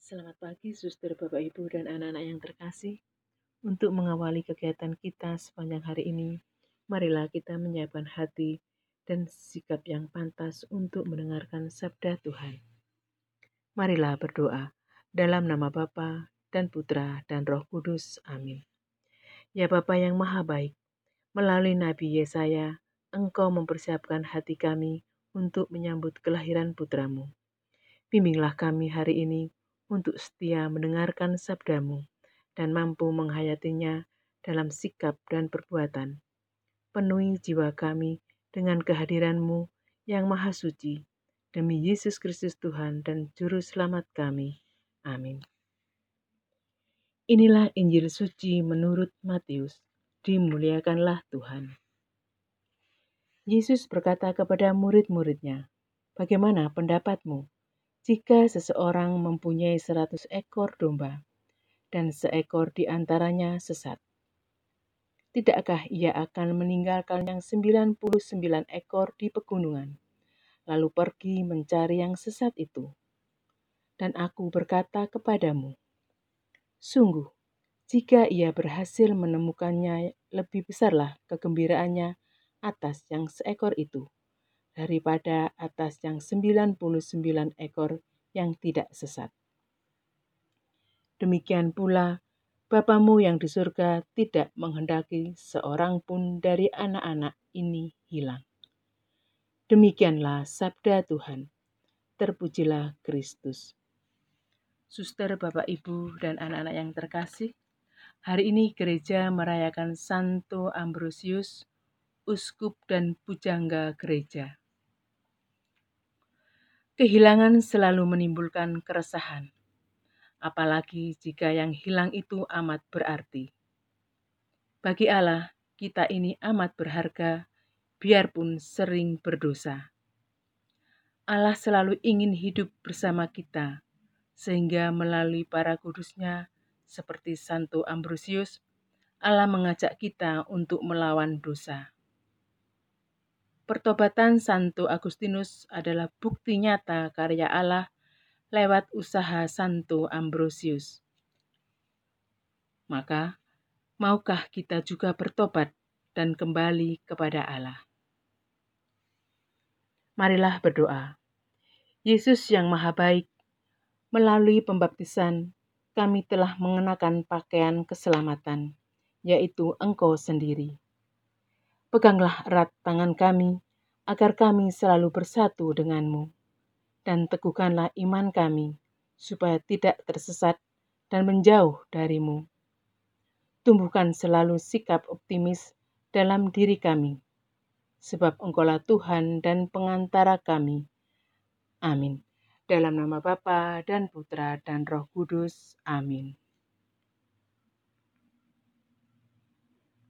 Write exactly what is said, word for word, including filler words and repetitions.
Selamat pagi, Suster, Bapak, Ibu, dan anak-anak yang terkasih. Untuk mengawali kegiatan kita sepanjang hari ini, marilah kita menyiapkan hati dan sikap yang pantas untuk mendengarkan sabda Tuhan. Marilah berdoa dalam nama Bapa dan Putra dan Roh Kudus. Amin. Ya Bapa yang Maha Baik, melalui Nabi Yesaya, Engkau mempersiapkan hati kami untuk menyambut kelahiran putramu. Bimbinglah kami hari ini untuk setia mendengarkan sabdamu dan mampu menghayatinya dalam sikap dan perbuatan. Penuhi jiwa kami dengan kehadiranmu yang maha suci, demi Yesus Kristus Tuhan dan Juru Selamat kami. Amin. Inilah Injil suci menurut Matius. Dimuliakanlah Tuhan. Yesus berkata kepada murid-muridnya, "Bagaimana pendapatmu? Jika seseorang mempunyai seratus ekor domba, dan seekor di antaranya sesat, tidakkah ia akan meninggalkan yang sembilan puluh sembilan ekor di pegunungan, lalu pergi mencari yang sesat itu? Dan aku berkata kepadamu, sungguh, jika ia berhasil menemukannya, lebih besarlah kegembiraannya atas yang seekor itu, daripada atas yang sembilan puluh sembilan ekor yang tidak sesat. Demikian pula, Bapamu yang di surga tidak menghendaki seorang pun dari anak-anak ini hilang." Demikianlah sabda Tuhan. Terpujilah Kristus. Suster, Bapak, Ibu, dan anak-anak yang terkasih, hari ini gereja merayakan Santo Ambrosius, uskup dan pujangga gereja. Kehilangan selalu menimbulkan keresahan, apalagi jika yang hilang itu amat berarti. Bagi Allah, kita ini amat berharga, biarpun sering berdosa. Allah selalu ingin hidup bersama kita, sehingga melalui para kudusnya, seperti Santo Ambrosius, Allah mengajak kita untuk melawan dosa. Pertobatan Santo Agustinus adalah bukti nyata karya Allah lewat usaha Santo Ambrosius. Maka, maukah kita juga bertobat dan kembali kepada Allah? Marilah berdoa. Yesus yang Maha Baik, melalui pembaptisan, kami telah mengenakan pakaian keselamatan, yaitu Engkau sendiri. Peganglah erat tangan kami, agar kami selalu bersatu denganmu, dan teguhkanlah iman kami, supaya tidak tersesat dan menjauh darimu. Tumbuhkan selalu sikap optimis dalam diri kami, sebab Engkaulah Tuhan dan pengantara kami. Amin. Dalam nama Bapa dan Putra dan Roh Kudus. Amin.